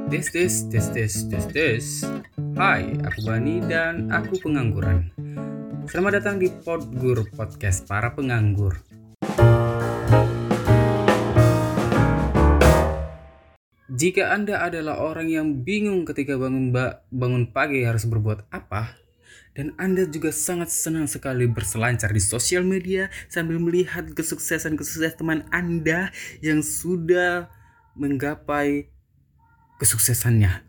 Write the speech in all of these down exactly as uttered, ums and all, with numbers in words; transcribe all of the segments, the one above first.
This this this this this this. Hai, aku Bani dan aku pengangguran. Selamat datang di Podgur Podcast para penganggur. Jika Anda adalah orang yang bingung ketika bangun ba- bangun pagi harus berbuat apa, dan Anda juga sangat senang sekali berselancar di sosial media sambil melihat kesuksesan-kesuksesan teman Anda yang sudah menggapai kesuksesannya.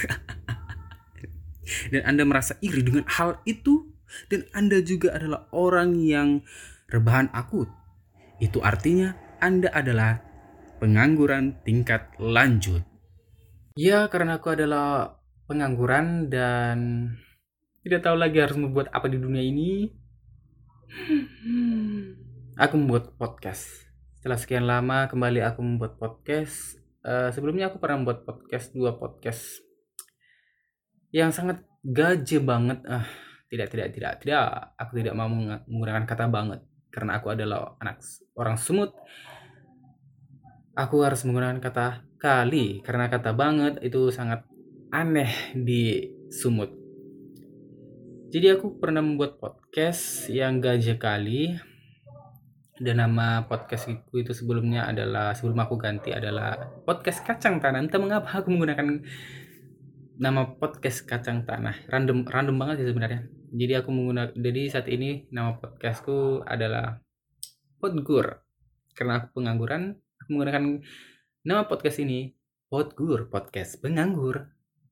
Dan Anda merasa iri dengan hal itu, dan Anda juga adalah orang yang rebahan akut. Itu artinya Anda adalah pengangguran tingkat lanjut. Ya, karena aku adalah pengangguran dan tidak tahu lagi harus membuat apa di dunia ini, aku membuat podcast. Setelah sekian lama kembali aku membuat podcast. Uh, sebelumnya aku pernah membuat podcast, dua podcast yang sangat gaje banget. Ah, tidak, tidak, tidak, tidak. Aku tidak mau menggunakan kata banget karena aku adalah anak orang Sumut. Aku harus menggunakan kata kali karena kata banget itu sangat aneh di Sumut. Jadi aku pernah membuat podcast yang gaje kali. Dan nama podcastku itu sebelumnya adalah, sebelum aku ganti adalah podcast kacang tanah. Entah mengapa aku menggunakan nama podcast kacang tanah. Random random banget sih sebenarnya. Jadi aku menggunakan, jadi saat ini nama podcastku adalah Podgur. Karena aku pengangguran, aku menggunakan nama podcast ini Podgur, podcast penganggur.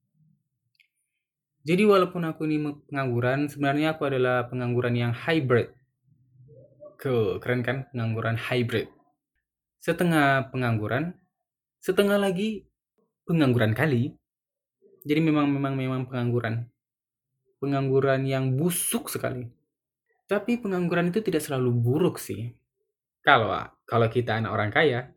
Jadi walaupun aku ini pengangguran, sebenarnya aku adalah pengangguran yang hybrid. Cool, keren kan? Pengangguran hybrid. Setengah pengangguran, setengah lagi pengangguran kali. Jadi memang memang memang pengangguran. Pengangguran yang busuk sekali. Tapi pengangguran itu tidak selalu buruk sih. Kalau kalau kita anak orang kaya,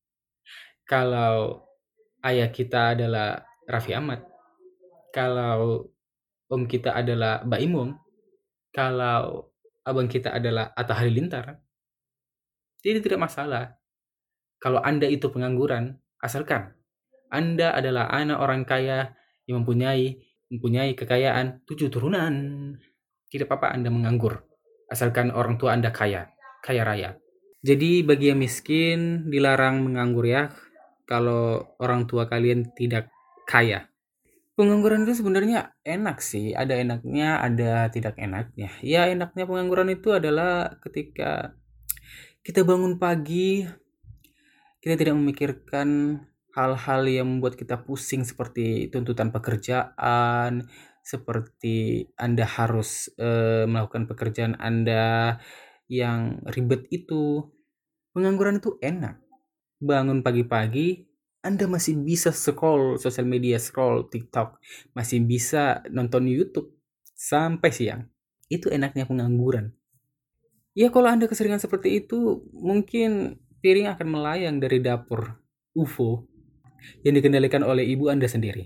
kalau ayah kita adalah Raffi Ahmad, kalau om kita adalah Mbak Imung, kalau abang kita adalah Atta Halilintar, jadi tidak masalah. Kalau Anda itu pengangguran, asalkan Anda adalah anak orang kaya yang mempunyai mempunyai kekayaan tujuh turunan. Tidak apa-apa Anda menganggur, asalkan orang tua Anda kaya, kaya raya. Jadi bagi yang miskin dilarang menganggur ya, kalau orang tua kalian tidak kaya. Pengangguran itu sebenarnya enak sih, ada enaknya, ada tidak enaknya. Ya enaknya pengangguran itu adalah ketika kita bangun pagi, kita tidak memikirkan hal-hal yang membuat kita pusing seperti tuntutan pekerjaan, seperti Anda harus e, melakukan pekerjaan Anda yang ribet itu. Pengangguran itu enak. Bangun pagi-pagi, Anda masih bisa scroll sosial media, scroll TikTok, masih bisa nonton YouTube sampai siang. Itu enaknya pengangguran. Ya kalau Anda keseringan seperti itu, mungkin piring akan melayang dari dapur U F O yang dikendalikan oleh ibu Anda sendiri.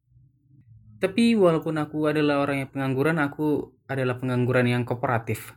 Tapi walaupun aku adalah orang yang pengangguran, aku adalah pengangguran yang kooperatif.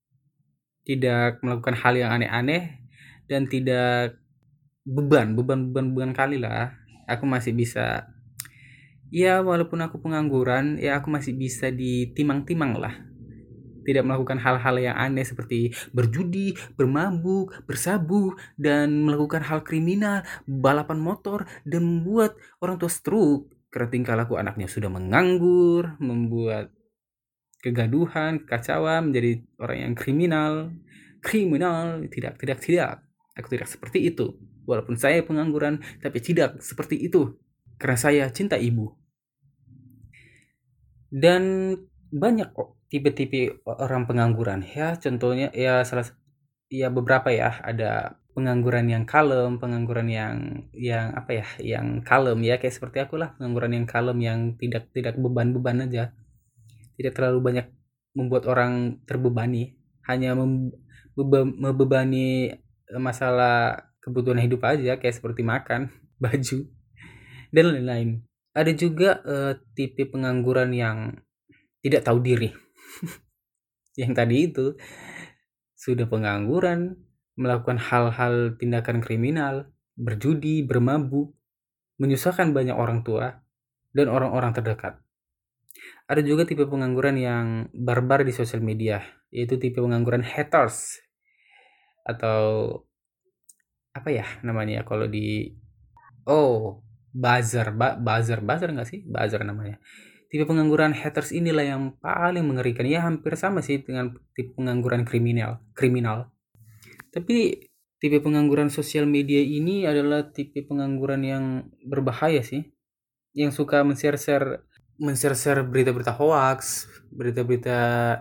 Tidak melakukan hal yang aneh-aneh dan tidak beban, beban-beban beban kali lah. Aku masih bisa, ya walaupun aku pengangguran, ya aku masih bisa ditimang-timang lah. Tidak melakukan hal-hal yang aneh seperti berjudi, bermabuk, bersabu, dan melakukan hal kriminal, balapan motor, dan membuat orang tua stroke. Karena tingkah laku anaknya sudah menganggur, membuat kegaduhan, kekacauan, menjadi orang yang kriminal. Kriminal, tidak, tidak, tidak. Aku tidak seperti itu. Walaupun saya pengangguran, tapi tidak seperti itu. Karena saya cinta ibu. Dan banyak kok tipe-tipe orang pengangguran ya, contohnya ya salah ya beberapa ya, ada pengangguran yang kalem, pengangguran yang yang apa ya, yang kalem ya, kayak seperti aku lah, pengangguran yang kalem yang tidak tidak beban-beban aja, tidak terlalu banyak membuat orang terbebani, hanya mem, beba- membebani masalah kebutuhan hidup aja, kayak seperti makan, baju, dan lain-lain. Ada juga uh, tipe pengangguran yang tidak tahu diri. Yang tadi itu sudah pengangguran, melakukan hal-hal tindakan kriminal, berjudi, bermabuk, menyusahkan banyak orang tua dan orang-orang terdekat. Ada juga tipe pengangguran yang barbar di sosial media, yaitu tipe pengangguran haters atau apa ya namanya ya kalau di oh buzzer, ba- buzzer, buzzer nggak sih? Buzzer namanya. Tipe pengangguran haters inilah yang paling mengerikan. Ya hampir sama sih dengan tipe pengangguran kriminal, kriminal. Tapi tipe pengangguran sosial media ini adalah tipe pengangguran yang berbahaya sih, yang suka men-share-share men-share-share berita-berita hoax, berita-berita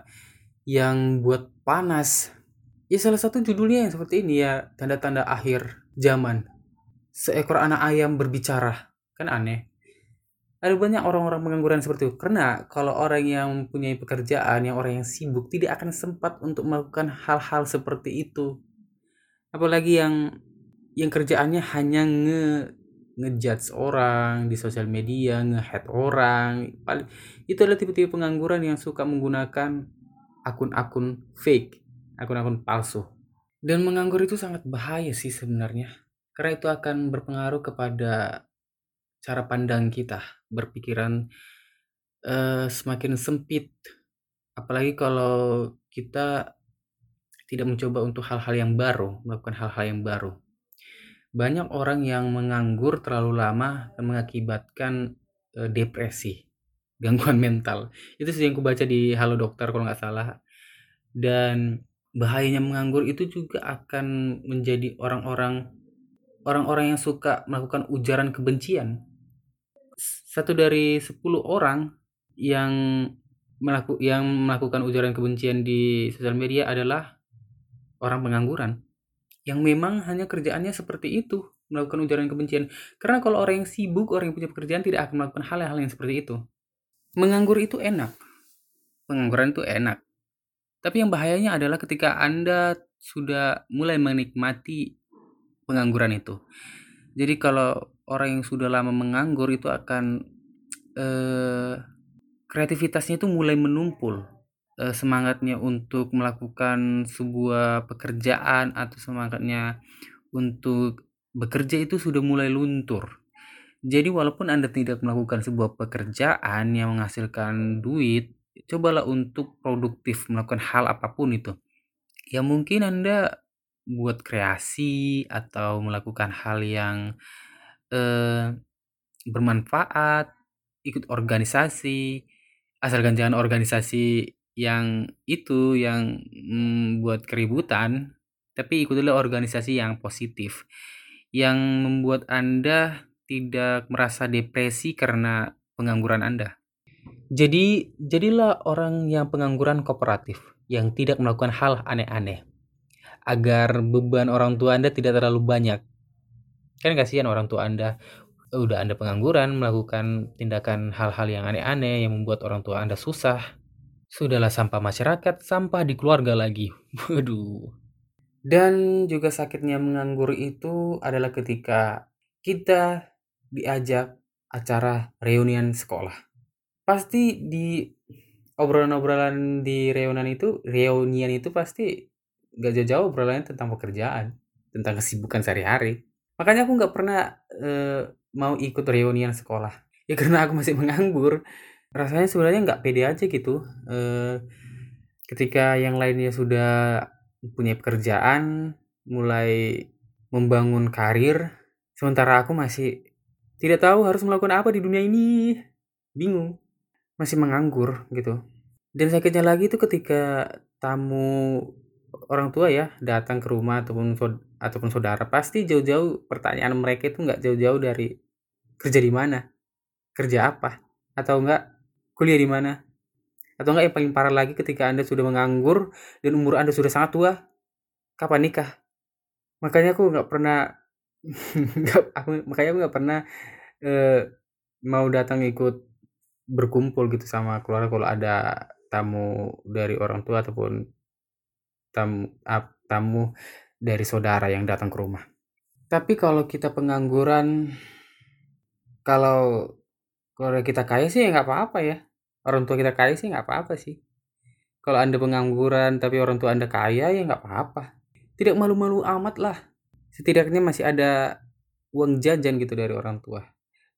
yang buat panas. Ya salah satu judulnya yang seperti ini ya, tanda-tanda akhir zaman. Seekor anak ayam berbicara. Kan aneh. Ada banyak orang-orang pengangguran seperti itu. Karena kalau orang yang mempunyai pekerjaan, yang orang yang sibuk, tidak akan sempat untuk melakukan hal-hal seperti itu. Apalagi yang yang kerjaannya hanya nge ngejudge orang di sosial media, nge-hate orang. Paling itu adalah tipe-tipe pengangguran yang suka menggunakan akun-akun fake, akun-akun palsu. Dan menganggur itu sangat bahaya sih sebenarnya. Karena itu akan berpengaruh kepada cara pandang kita, berpikiran eh, semakin sempit. Apalagi kalau kita tidak mencoba untuk hal-hal yang baru, melakukan hal-hal yang baru. Banyak orang yang menganggur terlalu lama dan mengakibatkan eh, depresi, gangguan mental. Itu sih yang kubaca di Halo Dokter kalau nggak salah. Dan bahayanya menganggur itu juga akan menjadi orang-orang orang-orang yang suka melakukan ujaran kebencian. Satu dari sepuluh orang yang melaku, yang melakukan ujaran kebencian di sosial media adalah orang pengangguran yang memang hanya kerjaannya seperti itu, melakukan ujaran kebencian. Karena kalau orang yang sibuk, orang yang punya pekerjaan tidak akan melakukan hal-hal yang seperti itu. Menganggur itu enak, pengangguran itu enak. Tapi yang bahayanya adalah ketika Anda sudah mulai menikmati pengangguran itu. Jadi kalau orang yang sudah lama menganggur itu akan eh, kreativitasnya itu mulai menumpul. Eh, semangatnya untuk melakukan sebuah pekerjaan atau semangatnya untuk bekerja itu sudah mulai luntur. Jadi walaupun Anda tidak melakukan sebuah pekerjaan yang menghasilkan duit, cobalah untuk produktif melakukan hal apapun itu. Ya mungkin Anda buat kreasi atau melakukan hal yang eh, bermanfaat, ikut organisasi, asalkan jangan organisasi yang itu yang mm, buat keributan, tapi ikutilah organisasi yang positif, yang membuat Anda tidak merasa depresi karena pengangguran Anda. Jadi, jadilah orang yang pengangguran kooperatif, yang tidak melakukan hal aneh-aneh, agar beban orang tua Anda tidak terlalu banyak. Kan kasihan orang tua Anda, udah Anda pengangguran, melakukan tindakan hal-hal yang aneh-aneh yang membuat orang tua Anda susah. Sudahlah sampah masyarakat, sampah di keluarga lagi. Waduh. Dan juga sakitnya menganggur itu adalah ketika kita diajak acara reunian sekolah. Pasti di obrolan-obrolan di reunian itu, reunian itu pasti gak jauh-jauh obrolannya tentang pekerjaan, tentang kesibukan sehari-hari. Makanya aku nggak pernah eh, mau ikut reunian sekolah. Ya karena aku masih menganggur. Rasanya sebenarnya nggak pede aja gitu. Eh, ketika yang lainnya sudah punya pekerjaan, mulai membangun karir, sementara aku masih tidak tahu harus melakukan apa di dunia ini. Bingung, masih menganggur gitu. Dan sakitnya lagi itu ketika tamu orang tua ya datang ke rumah ataupun ataupun saudara, pasti jauh-jauh pertanyaan mereka itu nggak jauh-jauh dari kerja di mana, kerja apa, atau enggak kuliah di mana, atau enggak yang paling parah lagi ketika Anda sudah menganggur dan umur Anda sudah sangat tua, kapan nikah? Makanya aku nggak pernah nggak aku makanya aku nggak pernah eh, mau datang ikut berkumpul gitu sama keluarga kalau ada tamu dari orang tua ataupun tamu tamu dari saudara yang datang ke rumah. Tapi kalau kita pengangguran, kalau keluarga kita kaya sih ya nggak apa-apa ya. Orang tua kita kaya sih nggak apa-apa sih. Kalau Anda pengangguran tapi orang tua Anda kaya ya nggak apa-apa. Tidak malu-malu amat lah. Setidaknya masih ada uang jajan gitu dari orang tua.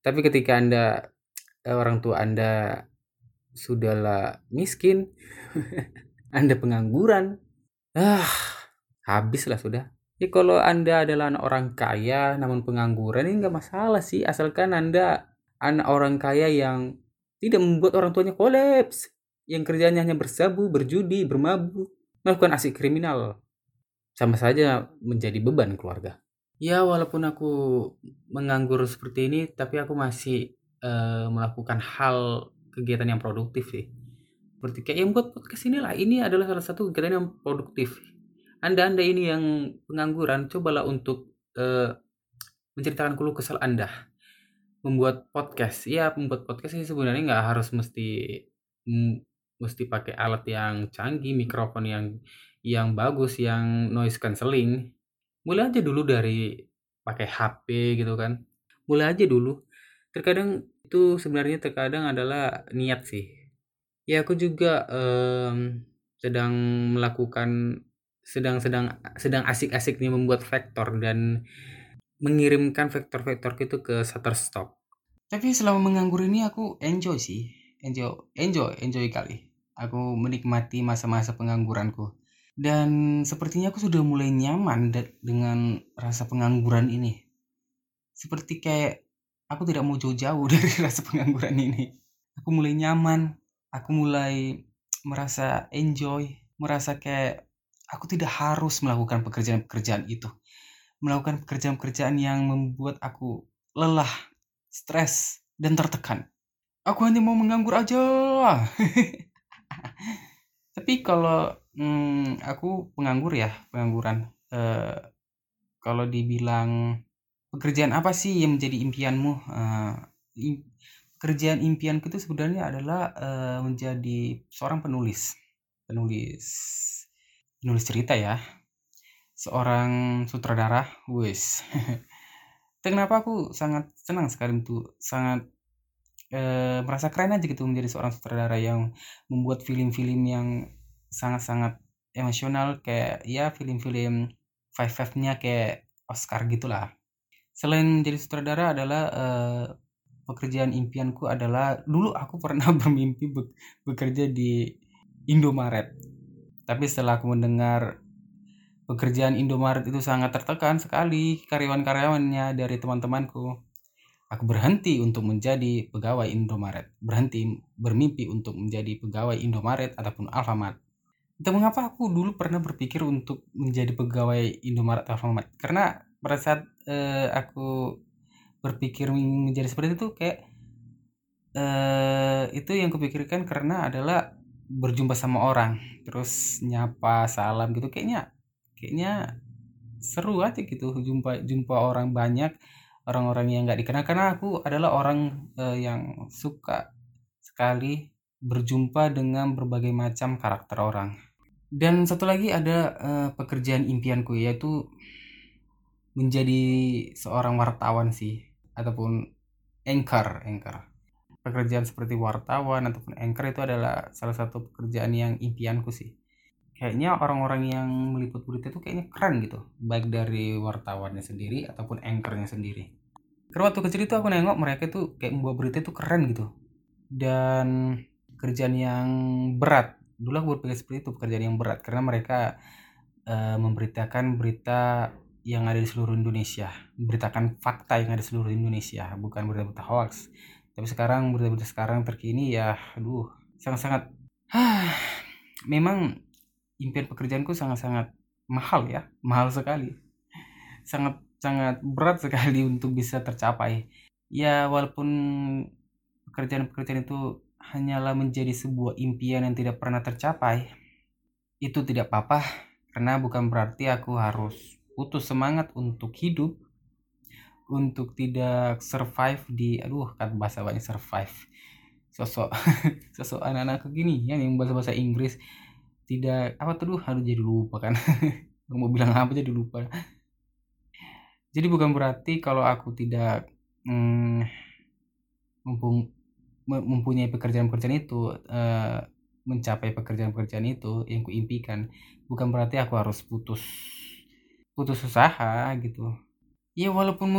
Tapi ketika Anda eh, orang tua Anda sudahlah miskin, Anda pengangguran, ah, habislah sudah. Ya kalau Anda adalah anak orang kaya namun pengangguran, ini nggak masalah sih, asalkan Anda anak orang kaya yang tidak membuat orang tuanya kolaps, yang kerjanya hanya bersabu, berjudi, bermabuk, melakukan aksi kriminal, sama saja menjadi beban keluarga. Ya walaupun aku menganggur seperti ini, tapi aku masih eh, melakukan hal kegiatan yang produktif sih. Seperti kayak yang buat podcast inilah, ini adalah salah satu kegiatan yang produktif. Anda-anda ini yang pengangguran, cobalah untuk eh, menceritakan keluh kesal Anda. Membuat podcast, ya membuat podcast sih sebenarnya nggak harus mesti mm, mesti pakai alat yang canggih, mikrofon yang yang bagus, yang noise cancelling. Mulai aja dulu dari pakai H P gitu kan. Mulai aja dulu. Terkadang itu sebenarnya terkadang adalah niat sih. Ya aku juga em, sedang melakukan sedang-sedang sedang asik-asiknya membuat vektor dan mengirimkan vektor-vektor itu ke Shutterstock. Tapi selama menganggur ini aku enjoy sih, enjoy, enjoy, enjoy kali. Aku menikmati masa-masa pengangguranku. Dan sepertinya aku sudah mulai nyaman de- dengan rasa pengangguran ini. Seperti kayak aku tidak mau jauh-jauh dari rasa pengangguran ini. Aku mulai nyaman, aku mulai merasa enjoy, merasa kayak aku tidak harus melakukan pekerjaan-pekerjaan itu. Melakukan pekerjaan-pekerjaan yang membuat aku lelah, stres, dan tertekan. Aku hanya mau menganggur aja. Tapi kalau hmm, aku penganggur ya, pengangguran. Eh, kalau dibilang pekerjaan apa sih yang menjadi impianmu? Eh, im- pekerjaan impianku itu sebenarnya adalah eh, menjadi seorang penulis, penulis, penulis cerita ya, seorang sutradara, wis. Kenapa aku sangat senang sekali untuk sangat eh, merasa keren aja gitu menjadi seorang sutradara yang membuat film-film yang sangat-sangat emosional, kayak ya film-film five five-nya kayak Oscar gitulah. Selain menjadi sutradara adalah eh, pekerjaan impianku adalah dulu aku pernah bermimpi be- bekerja di Indomaret. Tapi setelah aku mendengar pekerjaan Indomaret itu sangat tertekan sekali karyawan-karyawannya dari teman-temanku, aku berhenti untuk menjadi pegawai Indomaret, berhenti bermimpi untuk menjadi pegawai Indomaret ataupun Alfamart. Entah mengapa aku dulu pernah berpikir untuk menjadi pegawai Indomaret atau Alfamart, karena pada saat eh, aku berpikir menjadi seperti itu, kayak eh, itu yang kupikirkan karena adalah berjumpa sama orang, terus nyapa salam gitu, kayaknya kayaknya seru aja gitu, jumpa jumpa orang banyak, orang-orang yang nggak dikenal, karena aku adalah orang eh, yang suka sekali berjumpa dengan berbagai macam karakter orang. Dan satu lagi ada eh, pekerjaan impianku, yaitu menjadi seorang wartawan sih, ataupun anchor anchor pekerjaan seperti wartawan ataupun anchor itu adalah salah satu pekerjaan yang impianku sih. Kayaknya orang-orang yang meliput berita itu kayaknya keren gitu, baik dari wartawannya sendiri ataupun anchornya sendiri. Karena waktu kecil itu aku nengok mereka tuh kayak membuat berita itu keren gitu, dan pekerjaan yang berat. Dulu aku berpikir seperti itu, pekerjaan yang berat karena mereka eh, memberitakan berita yang ada di seluruh Indonesia, memberitakan fakta yang ada di seluruh Indonesia, bukan berita-berita hoax. Tapi sekarang berita-berita sekarang terkini ya, aduh, sangat-sangat memang impian pekerjaanku sangat-sangat mahal ya, mahal sekali, sangat sangat berat sekali untuk bisa tercapai. Ya walaupun pekerjaan-pekerjaan itu hanyalah menjadi sebuah impian yang tidak pernah tercapai, itu tidak apa-apa, karena bukan berarti aku harus putus semangat untuk hidup, untuk tidak survive di, aduh kan bahasa banyak survive, sosok sosok anak-anak kekinian yang bahasa-bahasa Inggris, tidak apa tuh, harus jadi lupa kan. Mau bilang apa jadi lupa. Jadi bukan berarti kalau aku tidak mm, mumpung- mem- mempunyai pekerjaan-pekerjaan itu, eh, mencapai pekerjaan-pekerjaan itu yang kuimpikan, bukan berarti aku harus putus putus usaha gitu. Ya walaupun mung-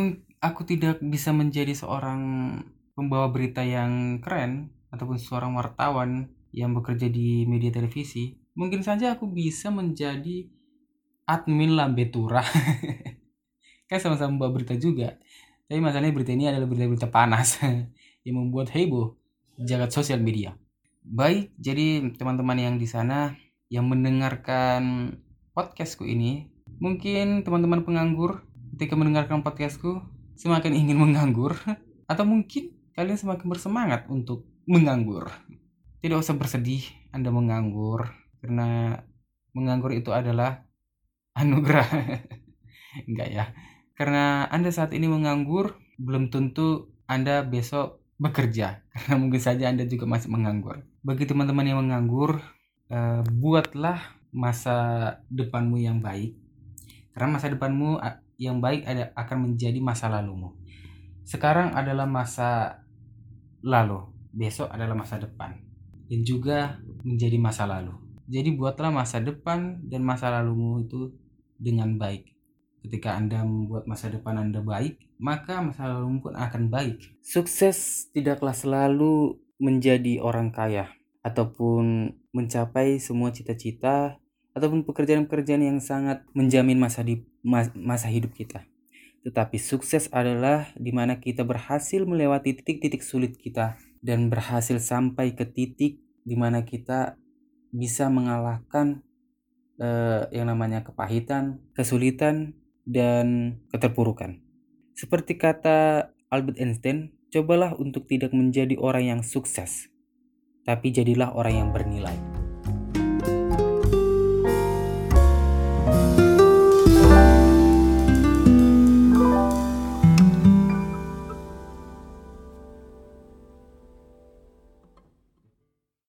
aku tidak bisa menjadi seorang pembawa berita yang keren ataupun seorang wartawan yang bekerja di media televisi, mungkin saja aku bisa menjadi admin Lambe Tura. Kan sama-sama membawa berita juga. Tapi masalahnya berita ini adalah berita-berita panas yang membuat heboh jagat sosial media. Baik, jadi teman-teman yang di sana yang mendengarkan podcastku ini, mungkin teman-teman penganggur ketika mendengarkan podcastku semakin ingin menganggur, atau mungkin kalian semakin bersemangat untuk menganggur. Tidak usah bersedih Anda menganggur, karena menganggur itu adalah anugerah. Enggak ya. Karena Anda saat ini menganggur, belum tentu Anda besok bekerja. Karena mungkin saja Anda juga masih menganggur. Bagi teman-teman yang menganggur, eh, buatlah masa depanmu yang baik. Karena masa depanmu yang baik ada, akan menjadi masa lalumu. Sekarang adalah masa lalu, besok adalah masa depan. Dan juga menjadi masa lalu. Jadi buatlah masa depan dan masa lalumu itu dengan baik. Ketika Anda membuat masa depan Anda baik, maka masa lalu pun akan baik. Sukses tidaklah selalu menjadi orang kaya ataupun mencapai semua cita-cita ataupun pekerjaan-pekerjaan yang sangat menjamin masa di masa hidup kita. Tetapi sukses adalah di mana kita berhasil melewati titik-titik sulit kita dan berhasil sampai ke titik di mana kita bisa mengalahkan eh, yang namanya kepahitan, kesulitan, dan keterpurukan. Seperti kata Albert Einstein, cobalah untuk tidak menjadi orang yang sukses, tapi jadilah orang yang bernilai.